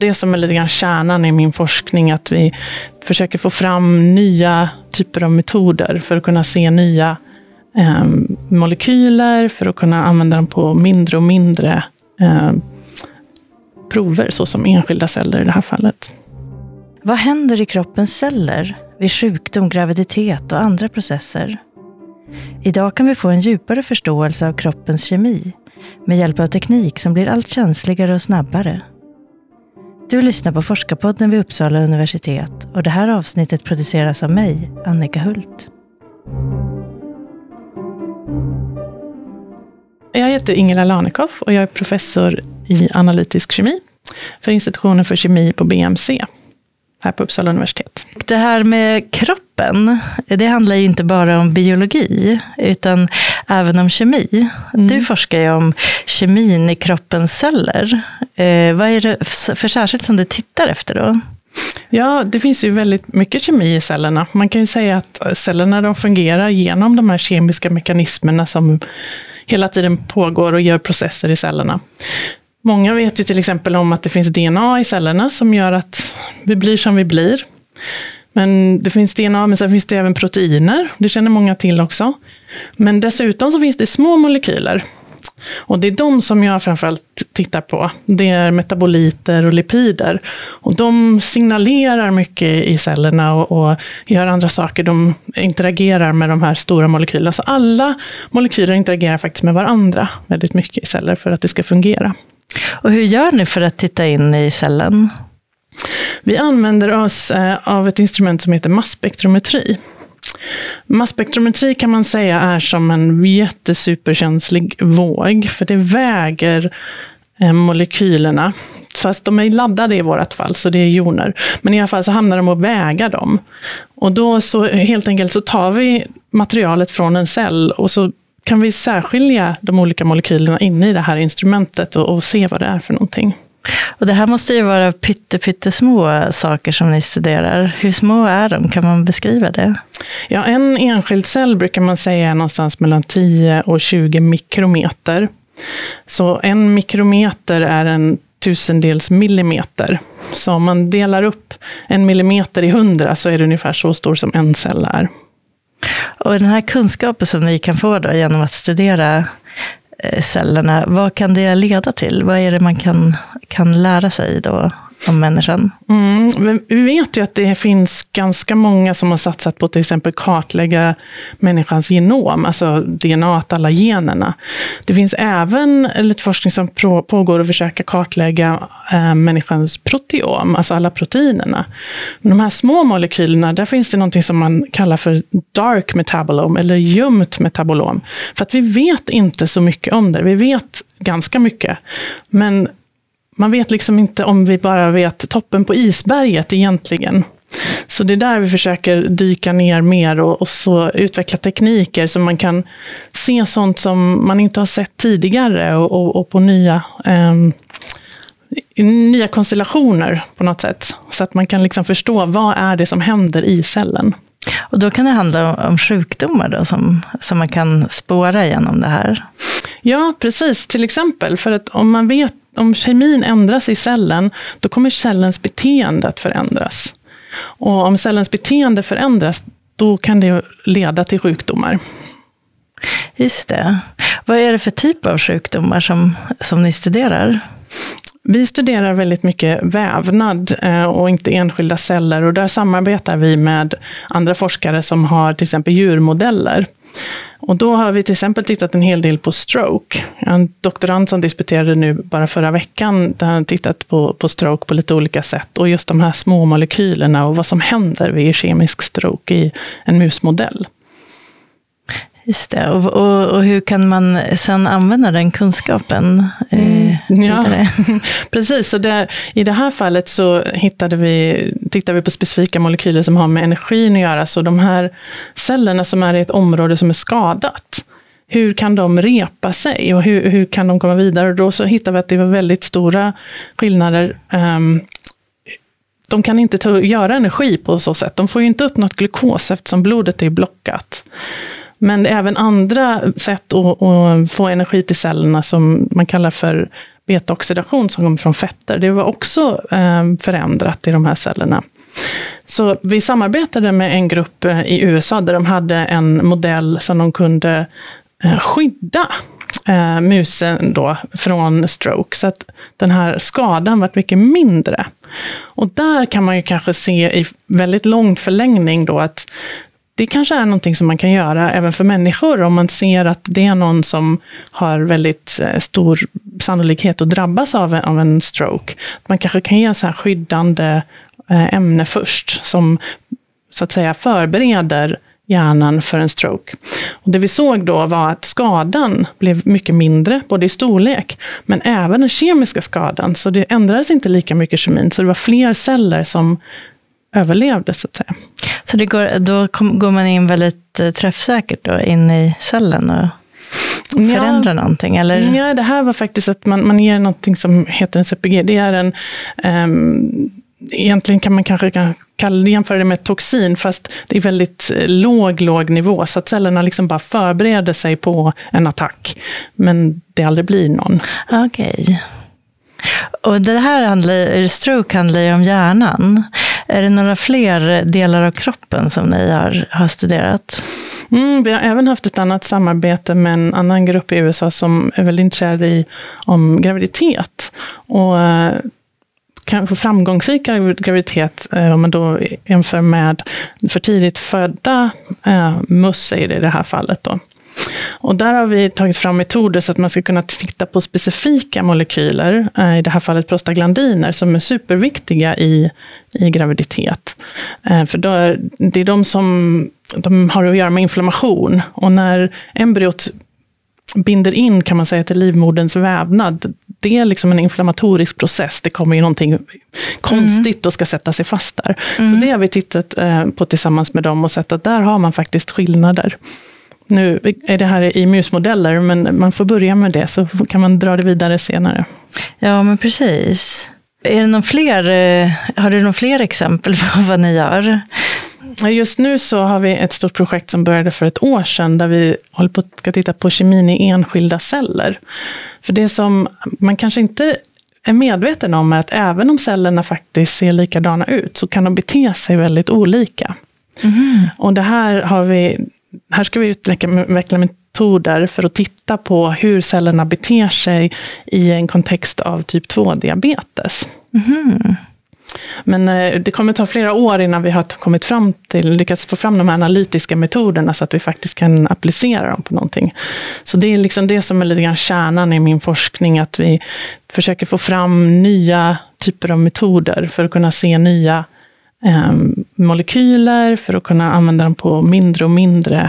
det som är lite grann kärnan i min forskning, att vi försöker få fram nya typer av metoder för att kunna se nya molekyler, för att kunna använda dem på mindre och mindre prover, så som enskilda celler i det här fallet. Vad händer i kroppens celler vid sjukdom, graviditet och andra processer? Idag kan vi få en djupare förståelse av kroppens kemi med hjälp av teknik som blir allt känsligare och snabbare. Du lyssnar på Forskarpodden vid Uppsala universitet och det här avsnittet produceras av mig, Annika Hult. Jag heter Ingela Lanekoff och jag är professor i analytisk kemi för institutionen för kemi på BMC här på Uppsala universitet. Det här med kroppen, det handlar ju inte bara om biologi utan även om kemi. Du forskar ju om kemin i kroppens celler. Vad är det för särskilt som du tittar efter då? Ja, det finns ju väldigt mycket kemi i cellerna. Man kan ju säga att cellerna de fungerar genom de här kemiska mekanismerna som hela tiden pågår och gör processer i cellerna. Många vet ju till exempel om att det finns DNA i cellerna som gör att vi blir som vi blir. Men det finns DNA, men sen finns det även proteiner. Det känner många till också. Men dessutom så finns det små molekyler. Och det är de som jag framförallt tittar på. Det är metaboliter och lipider. Och de signalerar mycket i cellerna och gör andra saker. De interagerar med de här stora molekylerna. Så alla molekyler interagerar faktiskt med varandra väldigt mycket i celler för att det ska fungera. Och hur gör ni för att titta in i cellen? Vi använder oss av ett instrument som heter masspektrometri. Masspektrometri kan man säga är som en jättesuperkänslig våg, för det väger molekylerna. Fast de är laddade i vårat fall, så det är joner. Men i alla fall så hamnar de och väga dem. Och då så helt enkelt så tar vi materialet från en cell och så kan vi särskilja de olika molekylerna inne i det här instrumentet och se vad det är för någonting. Och det här måste ju vara pyttesmå saker som ni studerar. Hur små är de? Kan man beskriva det? Ja, en enskild cell brukar man säga är någonstans mellan 10 och 20 mikrometer. Så 1 mikrometer är en 1000-dels millimeter. Så om man delar upp 1 millimeter i 100 så är det ungefär så stor som en cell är. Och den här kunskapen som ni kan få då genom att studera cellerna, vad kan det leda till? Vad är det man kan lära sig då om människan? Vi vet ju att det finns ganska många som har satsat på till exempel kartlägga människans genom, alltså DNA, alla generna. Det finns även lite forskning som pågår att försöka kartlägga människans proteom, alltså alla proteinerna. Men de här små molekylerna, där finns det någonting som man kallar för dark metabolom eller gömt metabolom. För att vi vet inte så mycket om det. Vi vet ganska mycket, men man vet liksom inte om vi bara vet toppen på isberget egentligen. Så det är där vi försöker dyka ner mer och så utveckla tekniker så man kan se sånt som man inte har sett tidigare och på nya konstellationer på något sätt. Så att man kan liksom förstå vad är det som händer i cellen. Och då kan det handla om sjukdomar då, som man kan spåra genom det här? Ja, precis. Till exempel, för att om kemin ändras i cellen, då kommer cellens beteende att förändras. Och om cellens beteende förändras, då kan det leda till sjukdomar. Just det. Vad är det för typ av sjukdomar som ni studerar? Vi studerar väldigt mycket vävnad och inte enskilda celler. Och där samarbetar vi med andra forskare som har till exempel djurmodeller. Och då har vi till exempel tittat en hel del på stroke. En doktorand som disputerade nu bara förra veckan, där han tittat på stroke på lite olika sätt. Och just de här små molekylerna och vad som händer vid kemisk stroke i en musmodell. Just det. Och hur kan man sen använda den kunskapen? Ja, precis. Så i det här fallet så tittade vi på specifika molekyler som har med energin att göra. Så de här cellerna som är i ett område som är skadat, hur kan de repa sig och hur kan de komma vidare? Och då så hittade vi att det var väldigt stora skillnader. De kan inte göra energi på så sätt. De får ju inte upp något glukos eftersom blodet är blockat. Men det är även andra sätt att få energi till cellerna som man kallar för beta-oxidation som kommer från fetter. Det var också förändrat i de här cellerna. Så vi samarbetade med en grupp i USA där de hade en modell som de kunde skydda musen då från stroke, så att den här skadan var mycket mindre. Och där kan man ju kanske se i väldigt lång förlängning då att det kanske är någonting som man kan göra även för människor om man ser att det är någon som har väldigt stor sannolikhet att drabbas av en stroke. Man kanske kan ge så här skyddande ämne först som så att säga förbereder hjärnan för en stroke. Och det vi såg då var att skadan blev mycket mindre, både i storlek, men även den kemiska skadan. Så det ändrades inte lika mycket kemin, så det var fler celler som överlevde, så att säga. Så då går man in väldigt träffsäkert då, in i cellen och förändrar någonting? Eller? Ja, det här var faktiskt att man ger någonting som heter en CPG. Det är en... egentligen kan man kanske jämföra det med toxin, fast det är väldigt låg nivå, så att cellerna liksom bara förbereder sig på en attack, men det aldrig blir någon. Okej. Och det här stroke handlar ju om hjärnan. Är det några fler delar av kroppen som ni har studerat? Vi har även haft ett annat samarbete med en annan grupp i USA som är väldigt intresserad om graviditet. Och kanske framgångsrik graviditet om man då jämför med för tidigt födda möss i det här fallet då. Och där har vi tagit fram metoder så att man ska kunna titta på specifika molekyler, i det här fallet prostaglandiner, som är superviktiga i graviditet. För då det är de har att göra med inflammation, och när embryot binder in, kan man säga, till livmoderns vävnad, det är liksom en inflammatorisk process. Det kommer ju någonting konstigt och ska sätta sig fast där. Så det har vi tittat på tillsammans med dem och sett att där har man faktiskt skillnader. Nu är det här i musmodeller, men man får börja med det, så kan man dra det vidare senare. Ja, men precis. Har du några fler exempel på vad ni gör? Just nu så har vi ett stort projekt som började för ett år sedan, där vi håller på att titta på kemin i enskilda celler. För det som man kanske inte är medveten om är att även om cellerna faktiskt ser likadana ut, så kan de bete sig väldigt olika. Och det här ska vi utveckla metoder för att titta på hur cellerna beter sig i en kontext av typ 2-diabetes. Men det kommer ta flera år innan vi har lyckats få fram de här analytiska metoderna så att vi faktiskt kan applicera dem på någonting. Så det är liksom det som är lite grann kärnan i min forskning, att vi försöker få fram nya typer av metoder för att kunna se nya molekyler, för att kunna använda dem på mindre och mindre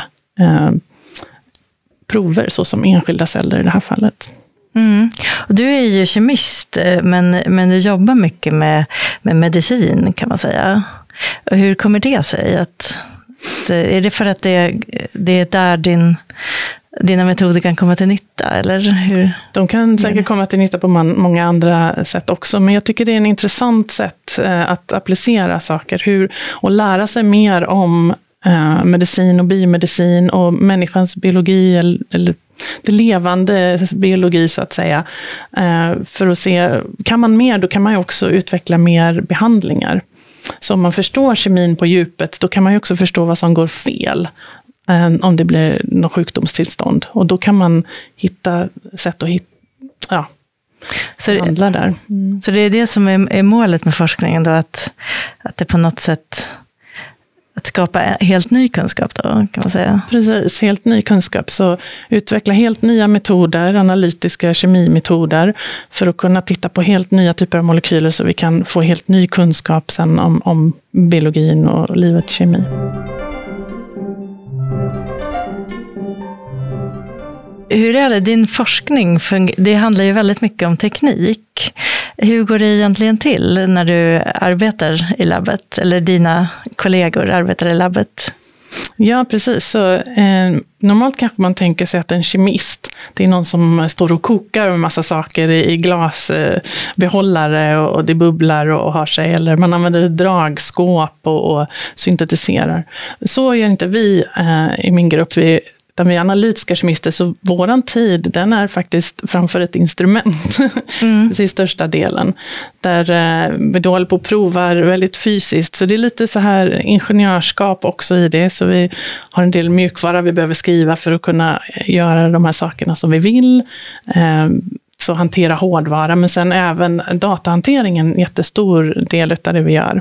prover, så som enskilda celler i det här fallet. Och du är ju kemist, men du jobbar mycket med medicin, kan man säga. Och hur kommer det sig? Är det för att det är där dina metoder kan komma till nytta, eller hur? De kan säkert komma till nytta på många andra sätt också, men jag tycker det är en intressant sätt att applicera saker, och lära sig mer om medicin och biomedicin och människans biologi, eller det levande biologi, så att säga, för att se, kan man mer, då kan man ju också utveckla mer behandlingar. Så om man förstår kemin på djupet, då kan man ju också förstå vad som går fel om det blir något sjukdomstillstånd, och då kan man hitta sätt att handla där. Så det är det som är målet med forskningen då, att det på något sätt att skapa helt ny kunskap då, kan man säga. Precis, helt ny kunskap. Så utveckla helt nya metoder, analytiska kemimetoder, för att kunna titta på helt nya typer av molekyler, så vi kan få helt ny kunskap sen om biologin och livets kemi. Hur är det? Din forskning, det handlar ju väldigt mycket om teknik. Hur går det egentligen till när du arbetar i labbet, eller dina kollegor arbetar i labbet? Ja, precis. Så, normalt kanske man tänker sig att en kemist, det är någon som står och kokar med massa saker i glasbehållare, och det bubblar och har sig, eller man använder dragskåp och syntetiserar. Så gör inte vi i min grupp. Vi Utan vi är analytiska kemister, så våran tid, den är faktiskt framför ett instrument i största delen. Där vi då håller på och provar väldigt fysiskt. Så det är lite så här ingenjörskap också i det. Så vi har en del mjukvara vi behöver skriva för att kunna göra de här sakerna som vi vill. Så hantera hårdvara, men sen även datahanteringen, en jättestor del av det vi gör.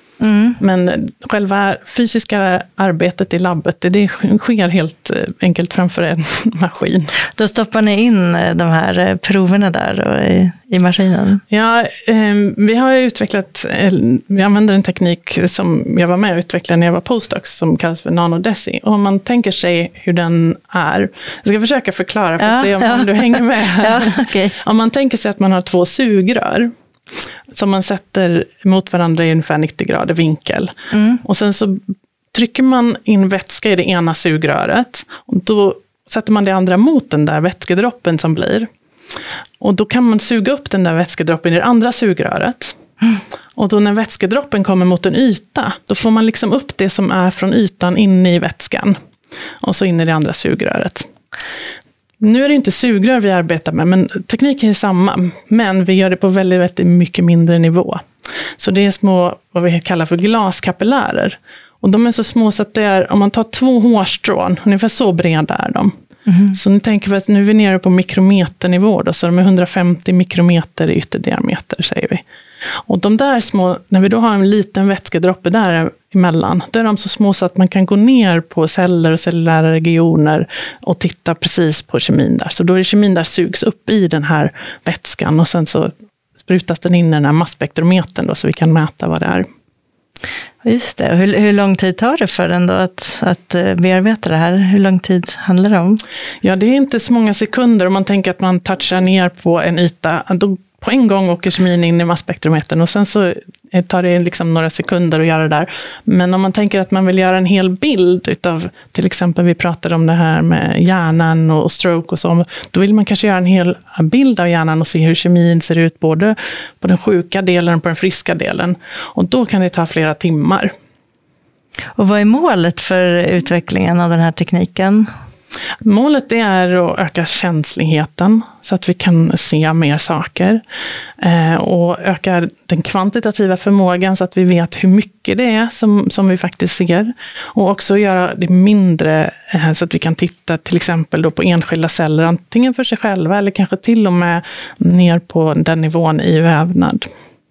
Men själva fysiska arbetet i labbet, det sker helt enkelt framför en maskin. Då stoppar ni in de här proverna där och i maskinen? Ja, vi har utvecklat, vi använder en teknik som jag var med och utvecklade när jag var postdoc som kallas för nanodesi. Och om man tänker sig hur den är, jag ska försöka förklara för att se om du hänger med. Okay. Om man tänker sig att man har 2 sugrör som man sätter mot varandra i ungefär 90 grader vinkel. Och sen så trycker man in vätska i det ena sugröret. Och då sätter man det andra mot den där vätskedroppen som blir. Och då kan man suga upp den där vätskedroppen i det andra sugröret. Och då när vätskedroppen kommer mot en yta, då får man liksom upp det som är från ytan inne i vätskan. Och så in i det andra sugröret. Nu är det inte sugrör vi arbetar med, men tekniken är samma. Men vi gör det på väldigt, väldigt mycket mindre nivå. Så det är små, vad vi kallar för glaskapillärer. Och de är så små så att det är, om man tar 2 hårstrån, ungefär så breda är de. Så nu tänker vi att nu är vi nere på mikrometernivå då, så de är 150 mikrometer i ytterdiameter, säger vi. Och de där små, när vi då har en liten vätskedroppe där emellan, då är de så små så att man kan gå ner på celler och cellulära regioner och titta precis på kemin där. Så då är kemin där sugs upp i den här vätskan och sen så sprutas den in i den här masspektrometern då, så vi kan mäta vad det är. Just det. Hur lång tid tar det för en då att bearbeta det här? Hur lång tid handlar det om? Ja, det är inte så många sekunder. Om man tänker att man touchar ner på en yta, då på en gång åker kemin in i masspektrometern och sen så tar det liksom några sekunder att göra det där. Men om man tänker att man vill göra en hel bild utav, till exempel vi pratade om det här med hjärnan och stroke och så, då vill man kanske göra en hel bild av hjärnan och se hur kemin ser ut både på den sjuka delen och på den friska delen. Och då kan det ta flera timmar. Och vad är målet för utvecklingen av den här tekniken? Målet är att öka känsligheten så att vi kan se mer saker och öka den kvantitativa förmågan så att vi vet hur mycket det är som vi faktiskt ser, och också göra det mindre så att vi kan titta till exempel då på enskilda celler antingen för sig själva eller kanske till och med ner på den nivån i vävnad.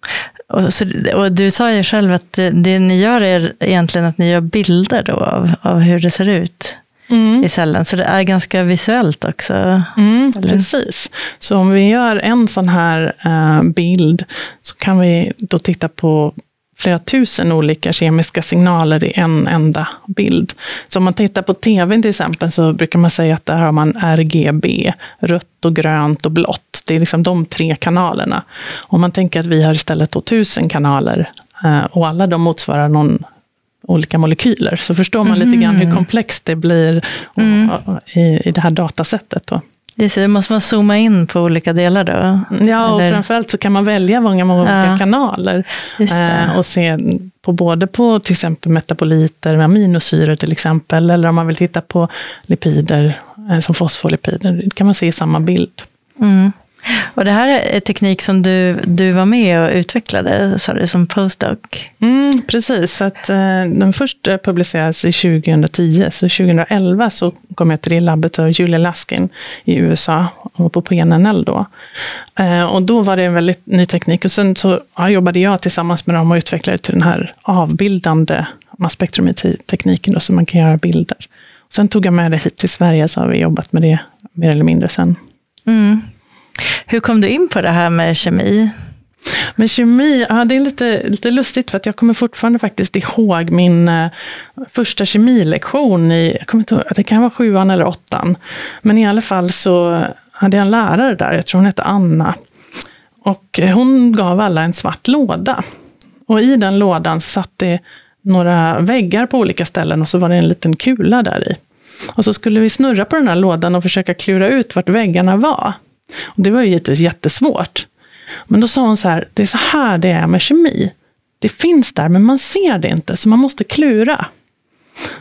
Och du sa ju själv att det ni gör är egentligen att ni gör bilder då av hur det ser ut i cellen. Så det är ganska visuellt också. Precis. Så om vi gör en sån här bild så kan vi då titta på flera tusen olika kemiska signaler i en enda bild. Så om man tittar på tv till exempel så brukar man säga att där har man RGB, rött och grönt och blått. Det är liksom de 3 kanalerna. Om man tänker att vi har istället då 1000 kanaler och alla de motsvarar någon olika molekyler, så förstår man lite grann hur komplext det blir i det här datasättet då. Det måste man zooma in på olika delar då? Ja, och framförallt så kan man välja många olika kanaler och se på både på till exempel metaboliter med aminosyror till exempel, eller om man vill titta på lipider som fosfolipider, det kan man se i samma bild. Och det här är teknik som du var med och utvecklade, sa du, som postdoc? Precis, så att den först publicerades i 2010, så 2011 så kom jag till det labbet av Julia Laskin i USA och på PNNL då. Och då var det en väldigt ny teknik, och sen så jobbade jag tillsammans med dem och utvecklade till den här avbildande masspektrometritekniken då, så man kan göra bilder. Sen tog jag med det hit till Sverige, så har vi jobbat med det mer eller mindre sen. Hur kom du in på det här med kemi? Men kemi, det är lite lustigt för att jag kommer fortfarande faktiskt ihåg min första kemilektion i, jag kommer inte ihåg, det kan vara 7:an eller 8:an. Men i alla fall så hade jag en lärare där, jag tror hon hette Anna. Och hon gav alla en svart låda. Och i den lådan satt det några väggar på olika ställen och så var det en liten kula där i. Och så skulle vi snurra på den här lådan och försöka klura ut vart väggarna var. Och det var ju givetvis jättesvårt. Men då sa hon så här, det är så här det är med kemi. Det finns där men man ser det inte, så man måste klura.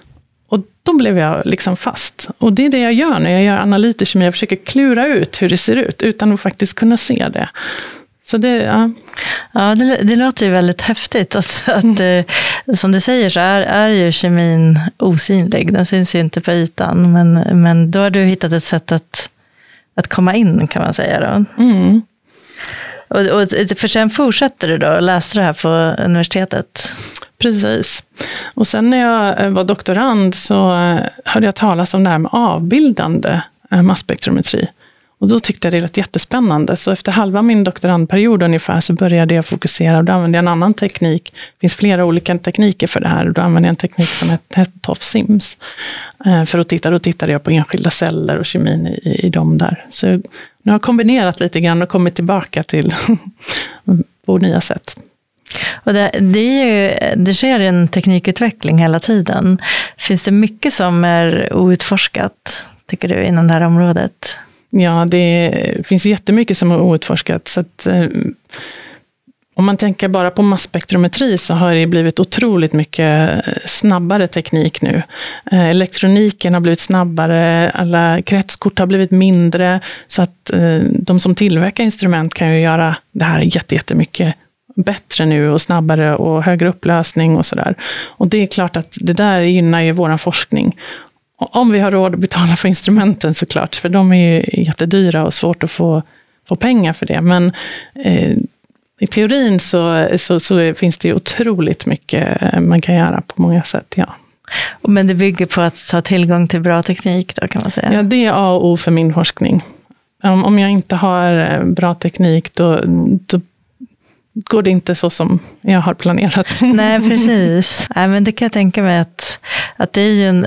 Och då blev jag liksom fast. Och det är det jag gör när jag gör analytikemi. Jag försöker klura ut hur det ser ut utan att faktiskt kunna se det. Så det, ja. Ja, det låter ju väldigt häftigt. Att som du säger så är ju kemin osynlig. Den syns ju inte på ytan. Men då har du hittat ett sätt att komma in, kan man säga då. Mm. Och för sen fortsätter du då och läste det här på universitetet? Precis. Och sen när jag var doktorand så hörde jag talas om det här med avbildande masspektrometri. Och då tyckte jag det lät jättespännande. Så efter halva min doktorandperiod ungefär så började jag fokusera. Och då använde jag en annan teknik. Det finns flera olika tekniker för det här. Och då använde jag en teknik som heter TOF-SIMS. För att då tittade jag på enskilda celler och kemin i dem där. Så nu har jag kombinerat lite grann och kommit tillbaka till på nya sätt. Och det sker en teknikutveckling hela tiden. Finns det mycket som är outforskat, tycker du, inom det här området? Ja, det finns jättemycket som är outforskat. Så att, om man tänker bara på masspektrometri så har det blivit otroligt mycket snabbare teknik nu. Elektroniken har blivit snabbare, alla kretskort har blivit mindre. Så att de som tillverkar instrument kan ju göra det här jättemycket bättre nu och snabbare och högre upplösning och sådär. Och det är klart att det där gynnar ju våran forskning. Om vi har råd att betala för instrumenten såklart, för de är ju jättedyra och svårt att få pengar för det. Men i teorin så finns det ju otroligt mycket man kan göra på många sätt, ja. Men det bygger på att ha tillgång till bra teknik då, kan man säga? Ja, det är A och O för min forskning. Om jag inte har bra teknik då går det inte så som jag har planerat. Nej, precis. Nej, men det kan jag tänka mig att det är ju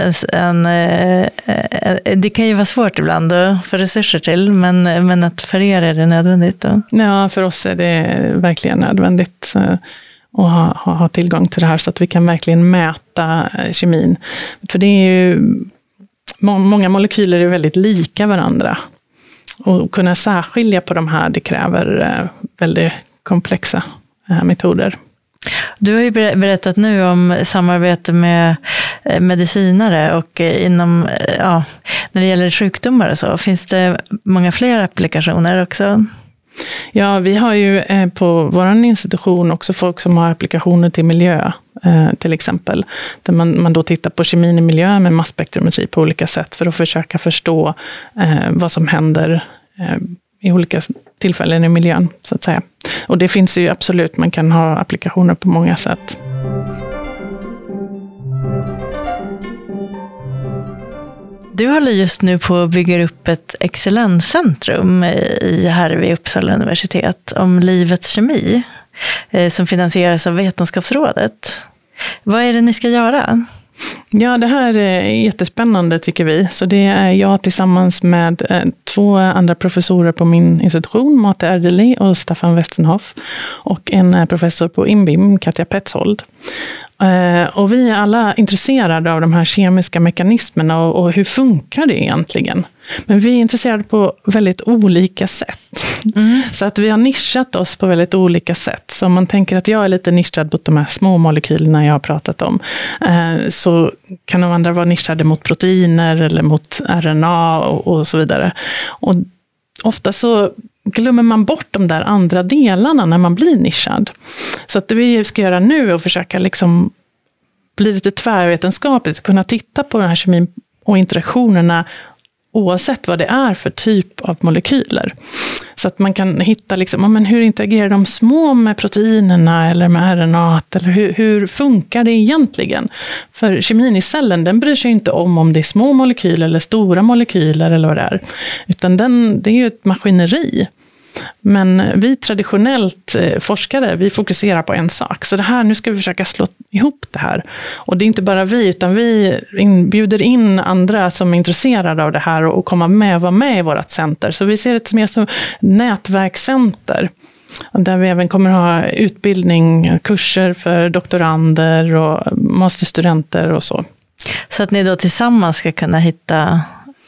det kan ju vara svårt ibland att få resurser till, men att för er är det nödvändigt då? Ja, för oss är det verkligen nödvändigt att ha tillgång till det här så att vi kan verkligen mäta kemin. För det är ju många molekyler är väldigt lika varandra. Och kunna särskilja på de här, det kräver väldigt komplexa metoder. Du har ju berättat nu om samarbete med medicinare och inom, när det gäller sjukdomar och så. Finns det många fler applikationer också? Ja, vi har ju på vår institution också folk som har applikationer till miljö, till exempel. Där man då tittar på kemin i miljö med masspektrometri på olika sätt för att försöka förstå vad som händer i olika tillfällen i miljön, så att säga. Och det finns ju absolut, man kan ha applikationer på många sätt. Du håller just nu på att bygga upp ett excellenscentrum här vid Uppsala universitet om livets kemi som finansieras av Vetenskapsrådet. Vad är det ni ska göra? Ja, det här är jättespännande tycker vi. Så det är jag tillsammans med 2 andra professorer på min institution, Mate Erdeli och Staffan Westenhoff. Och en professor på INBIM, Katja Petzold. Och vi är alla intresserade av de här kemiska mekanismerna och hur funkar det egentligen. Men vi är intresserade på väldigt olika sätt. Så att vi har nischat oss på väldigt olika sätt. Så om man tänker att jag är lite nischad mot de här små molekylerna jag har pratat om, så kan de andra vara nischade mot proteiner eller mot RNA och så vidare. Och ofta så glömmer man bort de där andra delarna när man blir nischad. Så att det vi ska göra nu är att försöka liksom bli lite tvärvetenskapligt, kunna titta på den här kemin och interaktionerna oavsett vad det är för typ av molekyler. Så att man kan hitta liksom, men hur interagerar de små med proteinerna eller med RNA, eller hur funkar det egentligen? För kemin i cellen, den bryr sig inte om det är små molekyler eller stora molekyler eller vad det är. Utan det är ju ett maskineri. Men vi traditionellt forskare, vi fokuserar på en sak. Så det här, nu ska vi försöka slå ihop det här. Och det är inte bara vi, utan vi bjuder in andra som är intresserade av det här och komma med och vara med i vårt center. Så vi ser det mer som nätverkscenter. Där vi även kommer ha utbildning, kurser för doktorander och masterstudenter och så. Så att ni då tillsammans ska kunna hitta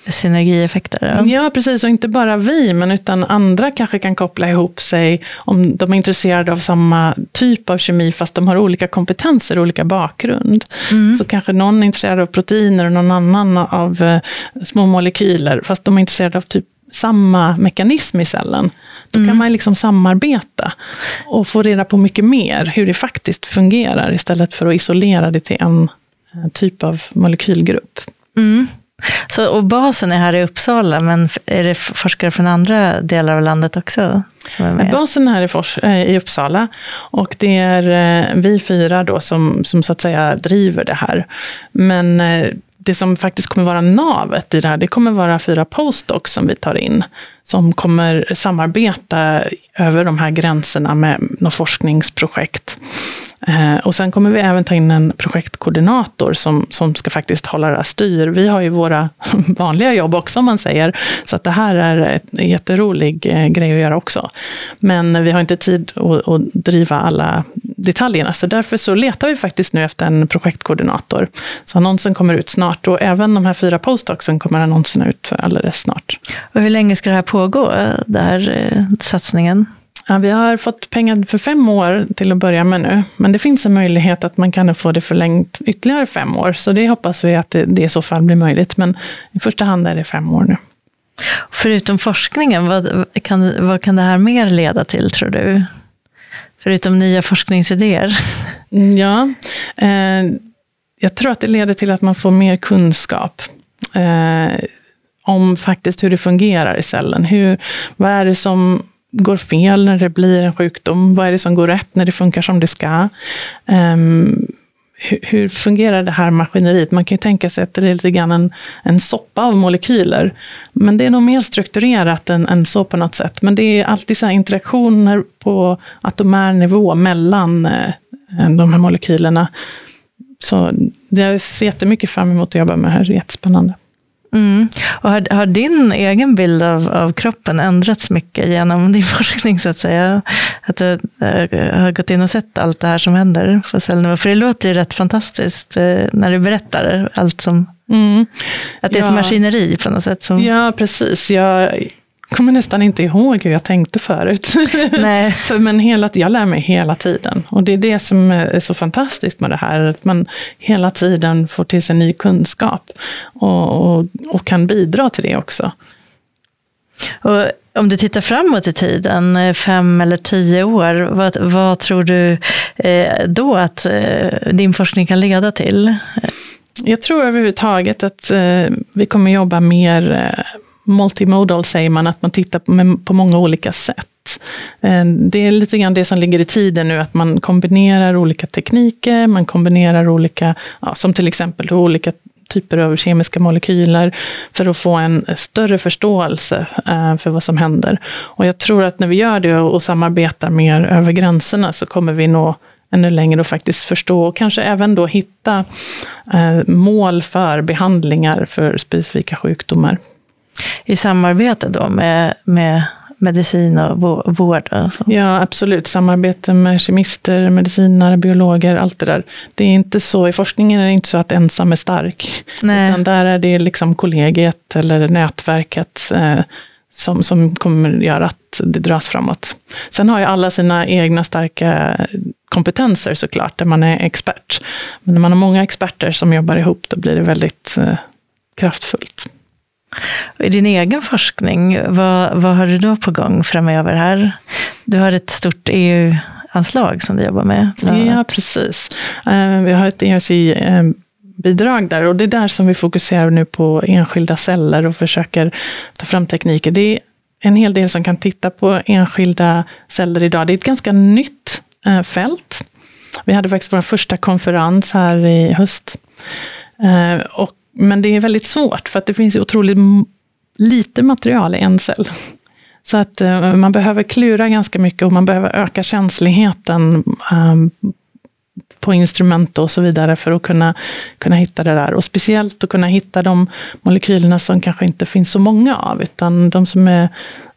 synergieffekter. Ja, precis. Och inte bara vi, men utan andra kanske kan koppla ihop sig om de är intresserade av samma typ av kemi, fast de har olika kompetenser, olika bakgrund. Så kanske någon är intresserad av proteiner och någon annan av små molekyler, fast de är intresserade av typ samma mekanism i cellen. Då kan man liksom samarbeta och få reda på mycket mer hur det faktiskt fungerar, istället för att isolera det till en typ av molekylgrupp. Så, och basen är här i Uppsala, men är det forskare från andra delar av landet också som är med? Basen här i Uppsala, och det är vi 4 då som så att säga driver det här. Men det som faktiskt kommer vara navet i det här, det kommer vara 4 postdocs som vi tar in, som kommer samarbeta över de här gränserna med något forskningsprojekt. Och sen kommer vi även ta in en projektkoordinator som ska faktiskt hålla det här styr. Vi har ju våra vanliga jobb också, om man säger. Så att det här är en jätterolig grej att göra också. Men vi har inte tid att driva alla detaljerna. Så därför så letar vi faktiskt nu efter en projektkoordinator. Så annonsen kommer ut snart. Och även de här 4 postdocsen kommer annonsen ut för alldeles snart. Och hur länge ska det här pågå, den här satsningen? Ja, vi har fått pengar för 5 år till att börja med nu. Men det finns en möjlighet att man kan få det förlängt ytterligare 5 år. Så det hoppas vi att det i så fall blir möjligt. Men i första hand är det 5 år nu. Förutom forskningen, vad kan det här mer leda till, tror du? Förutom nya forskningsidéer? Ja, jag tror att det leder till att man får mer kunskap om faktiskt hur det fungerar i cellen. Vad är det som går fel när det blir en sjukdom? Vad är det som går rätt när det funkar som det ska? Hur fungerar det här maskineriet? Man kan ju tänka sig att det är lite grann en soppa av molekyler. Men det är nog mer strukturerat än så på något sätt. Men det är alltid så här interaktioner på atomär nivå mellan de här molekylerna. Så jag ser jättemycket fram emot att jobba med det här. Det är jättespännande. Och har din egen bild av kroppen ändrats mycket genom din forskning, så att säga? Att du har gått in och sett allt det här som händer på cellnivå? För det låter ju rätt fantastiskt när du berättar allt som... Att det är ett maskineri på något sätt. Ja, precis. Jag kommer nästan inte ihåg hur jag tänkte förut. Nej. Men jag lär mig hela tiden. Och det är det som är så fantastiskt med det här. Att man hela tiden får till sig ny kunskap. Och kan bidra till det också. Och om du tittar framåt i tiden, 5 eller 10 år, vad tror du då att din forskning kan leda till? Jag tror överhuvudtaget att vi kommer jobba mer multimodal, säger man, att man tittar på många olika sätt. Det är lite grann det som ligger i tiden nu, att man kombinerar olika tekniker, man kombinerar olika, som till exempel olika typer av kemiska molekyler, för att få en större förståelse för vad som händer. Och jag tror att när vi gör det och samarbetar mer över gränserna, så kommer vi nå ännu längre och faktiskt förstå, och kanske även då hitta mål för behandlingar för specifika sjukdomar. I samarbete då med medicin och vård? Alltså. Ja, absolut. Samarbete med kemister, medicinare, biologer, allt det där. Det är inte så, i forskningen är det inte så att ensam är stark. Nej. Utan där är det liksom kollegiet eller nätverket som kommer göra att det dras framåt. Sen har ju alla sina egna starka kompetenser såklart, där man är expert. Men när man har många experter som jobbar ihop, då blir det väldigt kraftfullt. I din egen forskning, vad har du då på gång framöver här? Du har ett stort EU-anslag som du jobbar med. Ja, precis. Vi har ett ERC-bidrag där, och det är där som vi fokuserar nu på enskilda celler och försöker ta fram tekniker. Det är en hel del som kan titta på enskilda celler idag. Det är ett ganska nytt fält. Vi hade faktiskt vår första konferens här i höst. Men det är väldigt svårt, för att det finns otroligt lite material i en cell. Så att man behöver klura ganska mycket, och man behöver öka känsligheten på instrument och så vidare för att kunna hitta det där. Och speciellt att kunna hitta de molekylerna som kanske inte finns så många av, utan de som är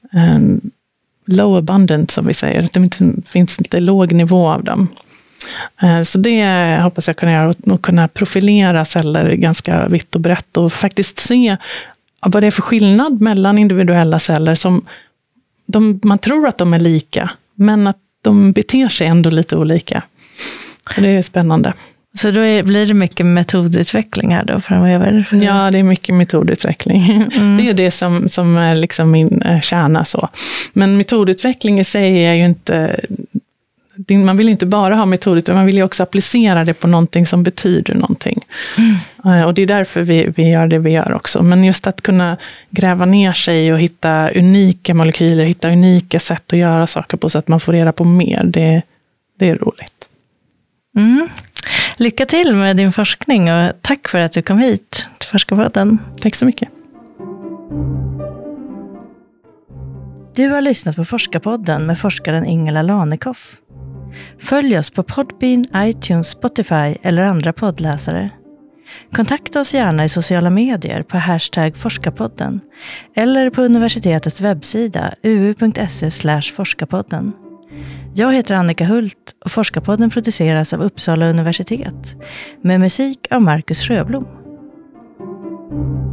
low abundant, som vi säger. Att det finns inte låg nivå av dem. Så det hoppas jag kunna göra, och kunna profilera celler ganska vitt och brett och faktiskt se vad det är för skillnad mellan individuella celler som man tror att de är lika, men att de beter sig ändå lite olika. Så det är spännande. Så då blir det mycket metodutveckling här då framöver? Ja, det är mycket metodutveckling. Det är det som är liksom min kärna. Så. Men metodutveckling i sig är ju inte... Man vill inte bara ha metodutveckling, man vill ju också applicera det på någonting som betyder någonting. Och det är därför vi gör det vi gör också. Men just att kunna gräva ner sig och hitta unika molekyler, hitta unika sätt att göra saker på så att man får reda på mer, det är roligt. Lycka till med din forskning och tack för att du kom hit till Forskarpodden. Tack så mycket. Du har lyssnat på Forskarpodden med forskaren Ingela Lanekoff. Följ oss på Podbean, iTunes, Spotify eller andra poddläsare. Kontakta oss gärna i sociala medier på #Forskarpodden eller på universitetets webbsida uu.se/forskarpodden. Jag heter Annika Hult och Forskarpodden produceras av Uppsala universitet med musik av Marcus Sjöblom.